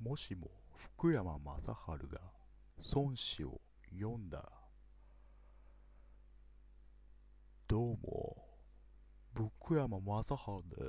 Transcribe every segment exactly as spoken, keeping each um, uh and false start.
もしも福山雅治が孫子を読んだら、どうも、福山雅治です。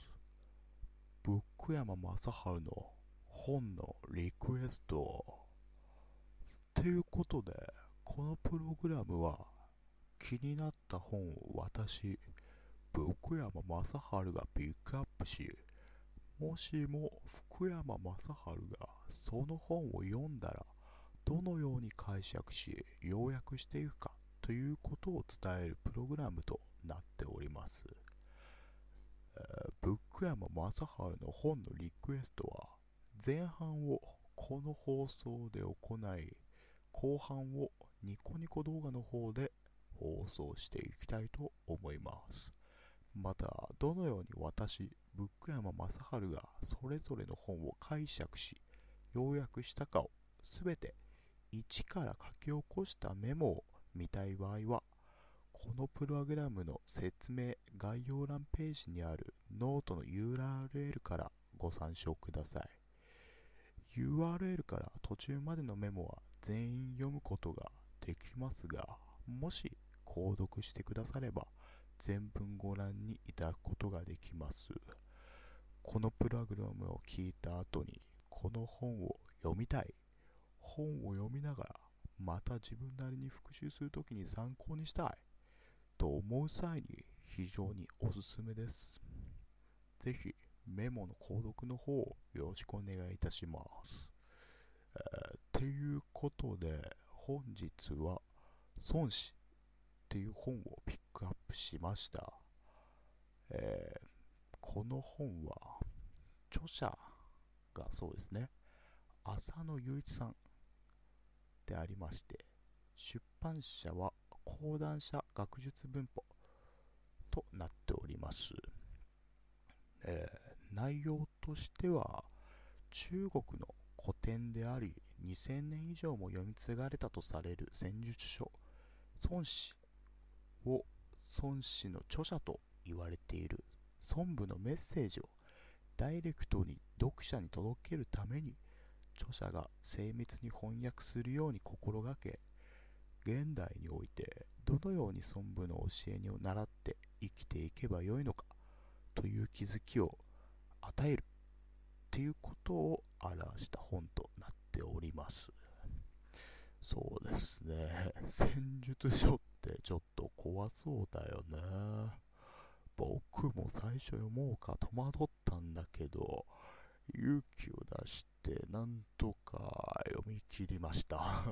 福山雅治の本のリクエスト。ということで、このプログラムは気になった本を私、福山雅治がピックアップし、もしも福山雅治がその本を読んだらどのように解釈し要約していくかということを伝えるプログラムとなっております。えー、福山雅治の本のリクエストは前半をこの放送で行い、後半をニコニコ動画の方で放送していきたいと思います。また、どのように私、福山雅治がそれぞれの本を解釈し、要約したかをすべて一から書き起こしたメモを見たい場合は、このプログラムの説明概要欄ページにあるノートの ユーアールエル からご参照ください。ユーアールエル から途中までのメモは全員読むことができますが、もし購読してくだされば、全文ご覧にいただくことができます。このプログラムを聞いた後にこの本を読みたい、本を読みながらまた自分なりに復習するときに参考にしたいと思う際に非常におすすめです。ぜひメモの購読の方をよろしくお願いいたします。えー、っていうことで本日は孫子っていう本をピックアップしました。えー、この本は著者がそうですね、浅野雄一さんでありまして、出版社は講談社学術文庫となっております。えー、内容としては中国の古典でありにせんねん以上も読み継がれたとされる戦術書孫子を孫子の著者と言われている孫武のメッセージをダイレクトに読者に届けるために著者が精密に翻訳するように心がけ、現代においてどのように孫武の教えを習って生きていけばよいのかという気づきを与えるっていうことを表した本となっております。そうですね、戦術書ってちょっと怖そうだよね。僕も最初読もうか戸惑ったんだけど、勇気を出してなんとか読み切りました。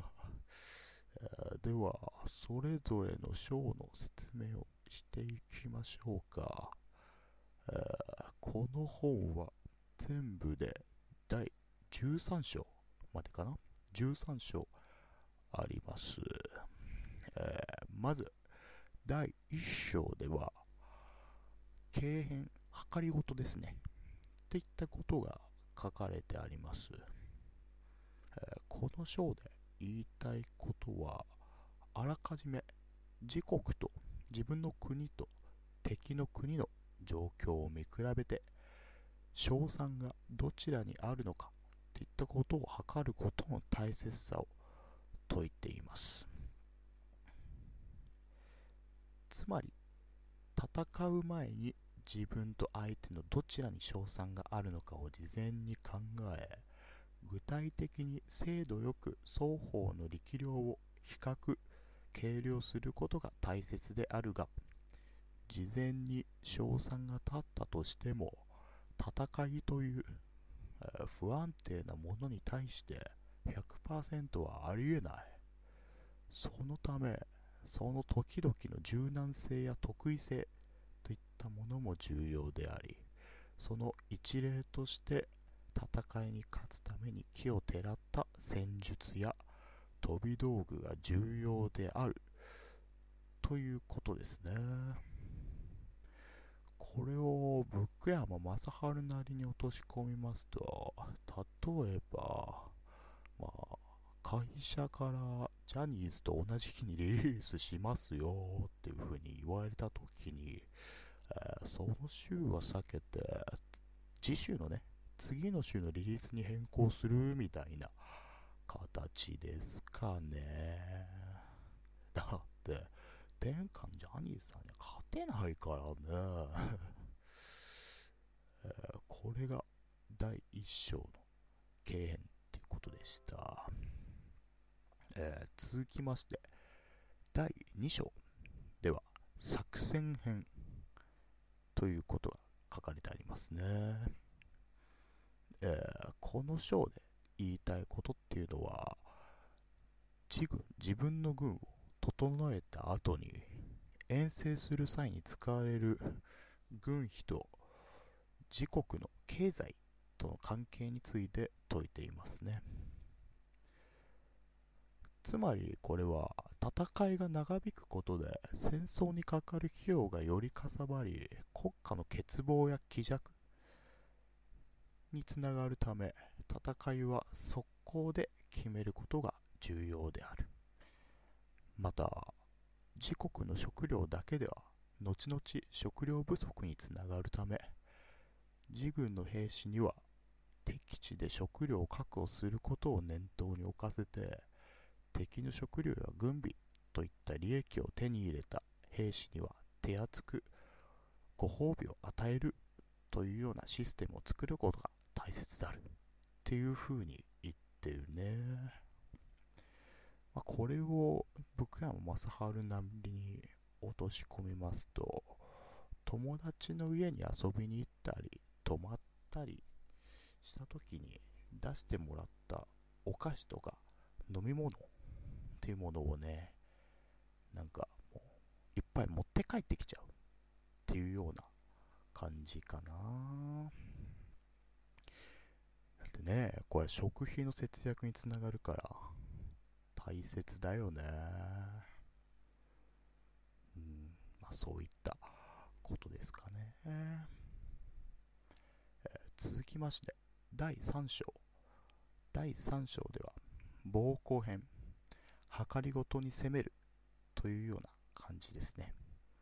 では、それぞれの章の説明をしていきましょうか。えー、この本は全部でだいじゅうさん章までかな ?じゅうさん 章あります。えー、まず、だいいっ章では、経変、計りごとですね。っていったことが書かれてあります。えー、この章で言いたいことは、あらかじめ自国と自分の国と敵の国の状況を見比べて、勝算がどちらにあるのかといったことを測ることの大切さを説いています。つまり、戦う前に自分と相手のどちらに勝算があるのかを事前に考え、具体的に精度よく双方の力量を比較、計量することが大切であるが、事前に勝算が立ったとしても、戦いという不安定なものに対して ひゃくパーセント はありえない。そのため、その時々の柔軟性や特異性といったものも重要であり、その一例として戦いに勝つために奇をてらった戦術や飛び道具が重要であるということですね。これを福山雅治なりに落とし込みますと、例えば、まあ、会社からジャニーズと同じ日にリリースしますよっていう風に言われた時に、えー、その週は避けて、次週のね、 次の週のリリースに変更するみたいな形ですかね。だって天下ジャニーさんには勝てないからね。えーこれがだいいっ章の経編っていうことでした。えー続きましてだいに章では作戦編ということが書かれてありますね。えーこの章で言いたいことっていうのは、自軍自分の軍を整えた後に遠征する際に使われる軍費と自国の経済との関係について説いていますね。つまりこれは戦いが長引くことで戦争にかかる費用がよりかさばり、国家の欠乏や気弱につながるため、戦いは速攻で決めることが重要である。また自国の食料だけでは後々食料不足につながるため、自軍の兵士には敵地で食料を確保することを念頭に置かせて、敵の食料や軍備といった利益を手に入れた兵士には手厚くご褒美を与えるというようなシステムを作ることが大切であるっていうふうに言ってるね。まあ、これを福山雅治なりに落とし込みますと、友達の家に遊びに行ったり泊まったりした時に出してもらったお菓子とか飲み物っていうものをね、なんかもういっぱい持って帰ってきちゃうっていうような感じかな。だってね、これ食費の節約につながるから大切だよね。うん、まあそういったことですかね。えー続きましてだいさん章。だいさん章では暴行編、計りごとに攻めるというような感じですね。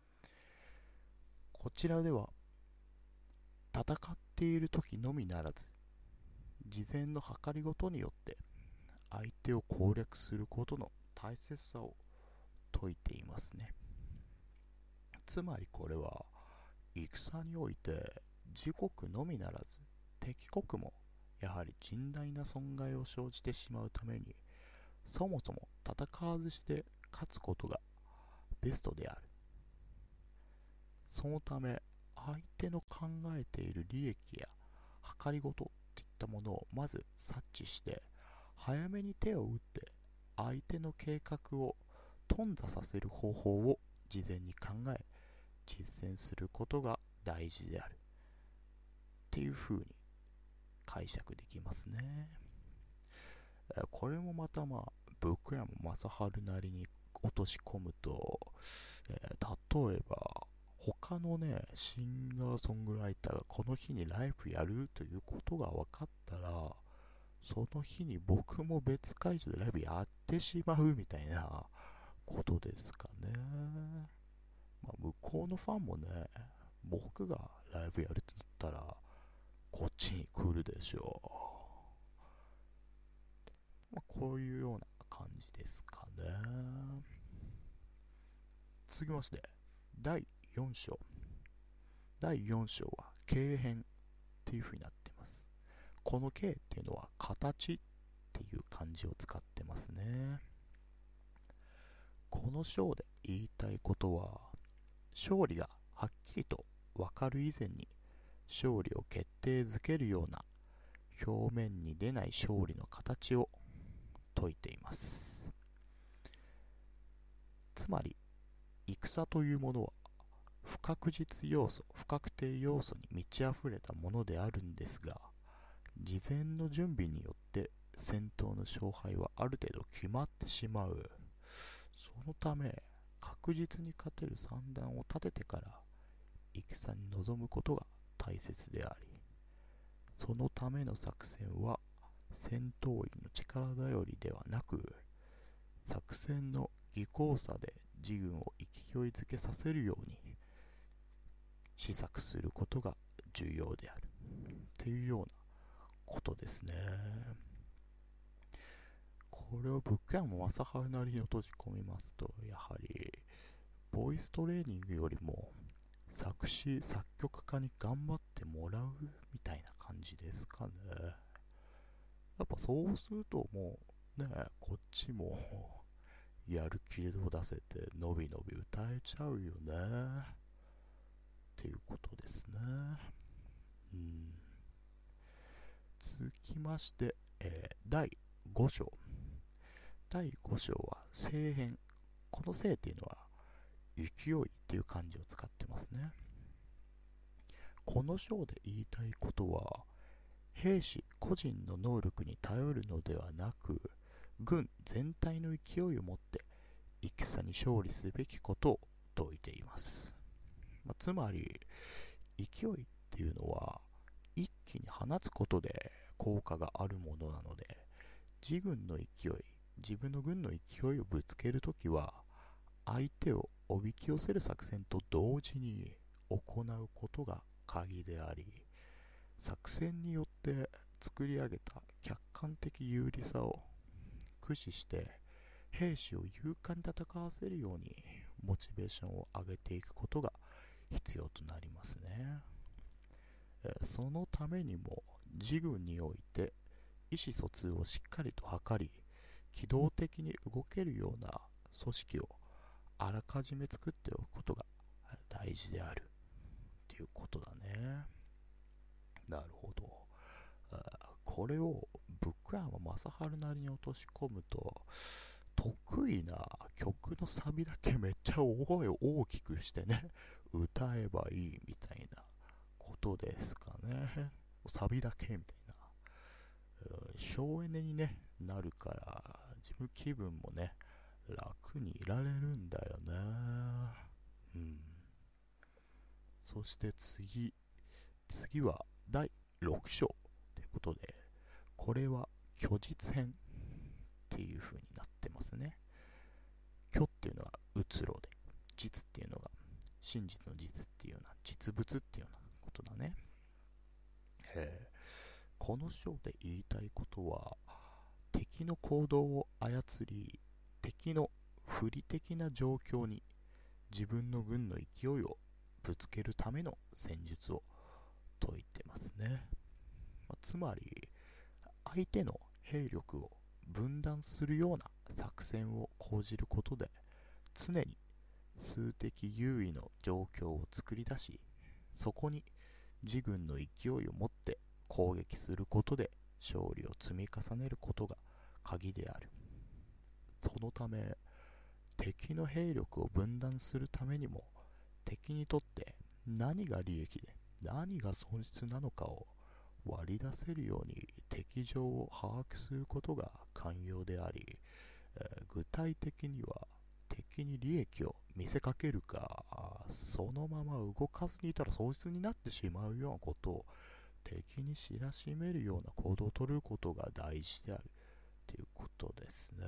こちらでは戦っている時のみならず、事前の計りごとによって相手を攻略することの大切さを説いていますね。つまりこれは戦において自国のみならず敵国もやはり甚大な損害を生じてしまうために、そもそも戦わずして勝つことがベストである。そのため相手の考えている利益や計りごとといったものをまず察知して、早めに手を打って相手の計画を頓挫させる方法を事前に考え実践することが大事であるっていう風に解釈できますね。これもまたまあ福山雅治なりに落とし込むと、えー、例えば他のねシンガーソングライターがこの日にライブやるということが分かったら、その日に僕も別会場でライブやってしまうみたいなことですかね。まあ、向こうのファンもね、僕がライブやるってなったらこっちに来るでしょう。まあ、こういうような感じですかね。続きましてだいよん章。だいよん章は形編っていう風になっています。この形っていうのは形っていう漢字を使ってますね。この章で言いたいことは、勝利がはっきりと分かる以前に勝利を決定づけるような表面に出ない勝利の形を説いています。つまり戦というものは不確実要素、不確定要素に満ち溢れたものであるんですが、事前の準備によって戦闘の勝敗はある程度決まってしまう。そのため確実に勝てる算段を立ててから戦に臨むことが大切であり、そのための作戦は戦闘員の力頼りではなく、作戦の技巧さで自軍を勢いづけさせるように施策することが重要であるっていうようなことですね。これをブック山正治なりに閉じ込めますと、やはりボイストレーニングよりも作詞作曲家に頑張ってもらうみたいな感じですかね。やっぱそうするともうね、こっちもやる気を出せてのびのび歌えちゃうよねっていうことですね。うん。続きまして、えー、だいご章。だいご章は正編。この正っていうのは勢いっていう漢字を使ってますね。この章で言いたいことは、兵士個人の能力に頼るのではなく、軍全体の勢いを持って戦に勝利すべきことを説いています。まあ、つまり勢いっていうのは一気に放つことで効果があるものなので、自軍の勢い自分の軍の勢いをぶつけるときは相手をおびき寄せる作戦と同時に行うことが鍵であり、作戦によって作り上げた客観的有利さを駆使して兵士を勇敢に戦わせるようにモチベーションを上げていくことが必要となりますね。そのためにも自軍において意思疎通をしっかりと図り、機動的に動けるような組織をあらかじめ作っておくことが大事であるということだね。なるほど。これをブック山正治なりに落とし込むと、得意な曲のサビだけめっちゃ大声を大きくしてね、歌えばいいみたいなことですかね。サビだけみたいな。省エネに、ね、なるから自分気分もね楽にいられるんだよね。うん。そして次次はだいろく章ということで、これは虚実編っていう風になってますね。虚っていうのはうつろで、実っていうのが真実の実っていうような実物っていうようなことだね。えーこの章で言いたいことは、敵の行動を操り、敵の不利的な状況に自分の軍の勢いをぶつけるための戦術を説いてますね。まあ、つまり、相手の兵力を分断するような作戦を講じることで、常に数的優位の状況を作り出し、そこに自軍の勢いを持って攻撃することで勝利を積み重ねることが鍵である。そのため、敵の兵力を分断するためにも、敵にとって何が利益で何が損失なのかを割り出せるように敵情を把握することが肝要であり、えー具体的には敵に利益を見せかけるか、そのまま動かずにいたら損失になってしまうようなことを敵に知らしめるような行動を取ることが大事であるということですね。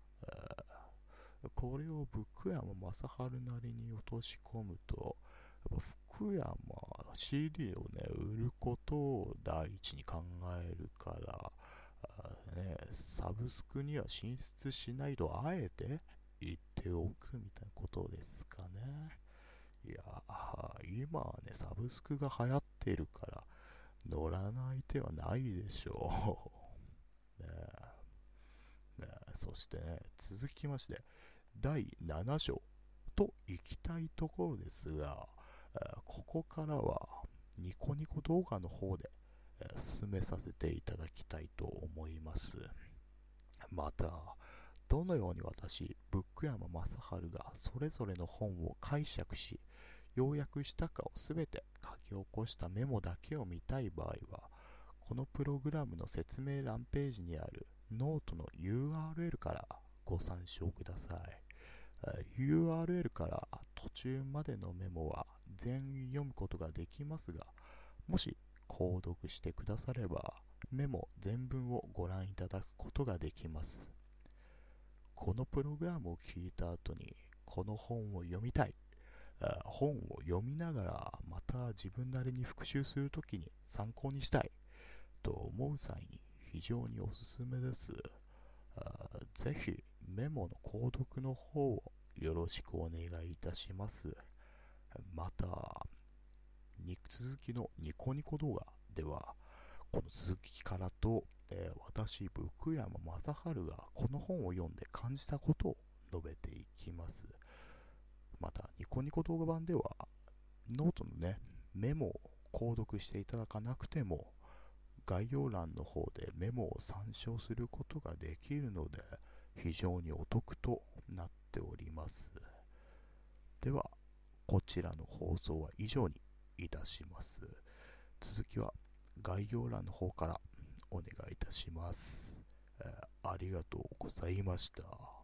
これを福山雅治なりに落とし込むと、やっぱ福山 シーディー をね売ることを第一に考えるから、あね、サブスクには進出しないとあえて言っておくみたいなことですかね。いや今はねサブスクが流行っているから乗らない手はないでしょう。ねえねえ、そしてね、続きまして、だいなな章と行きたいところですが、ここからはニコニコ動画の方で進めさせていただきたいと思います。また、どのように私、ブック山雅治がそれぞれの本を解釈し、要約したかをすべて書き起こしたメモだけを見たい場合は、このプログラムの説明欄ページにあるノートの ユーアールエル からご参照ください。ユーアールエル から途中までのメモは全員読むことができますが、もし購読してくださればメモ全文をご覧いただくことができます。このプログラムを聞いた後にこの本を読みたい、本を読みながらまた自分なりに復習するときに参考にしたいと思う際に非常におすすめです。ぜひメモの購読の方をよろしくお願いいたします。また、続きのニコニコ動画では、この続きからと、えー、私、福山雅治がこの本を読んで感じたことを述べていきます。また、ニコニコ動画版では、ノートのね、メモを購読していただかなくても、概要欄の方でメモを参照することができるので、非常にお得となっております。では、こちらの放送は以上にいたします。続きは概要欄の方からお願いいたします。えー、ありがとうございました。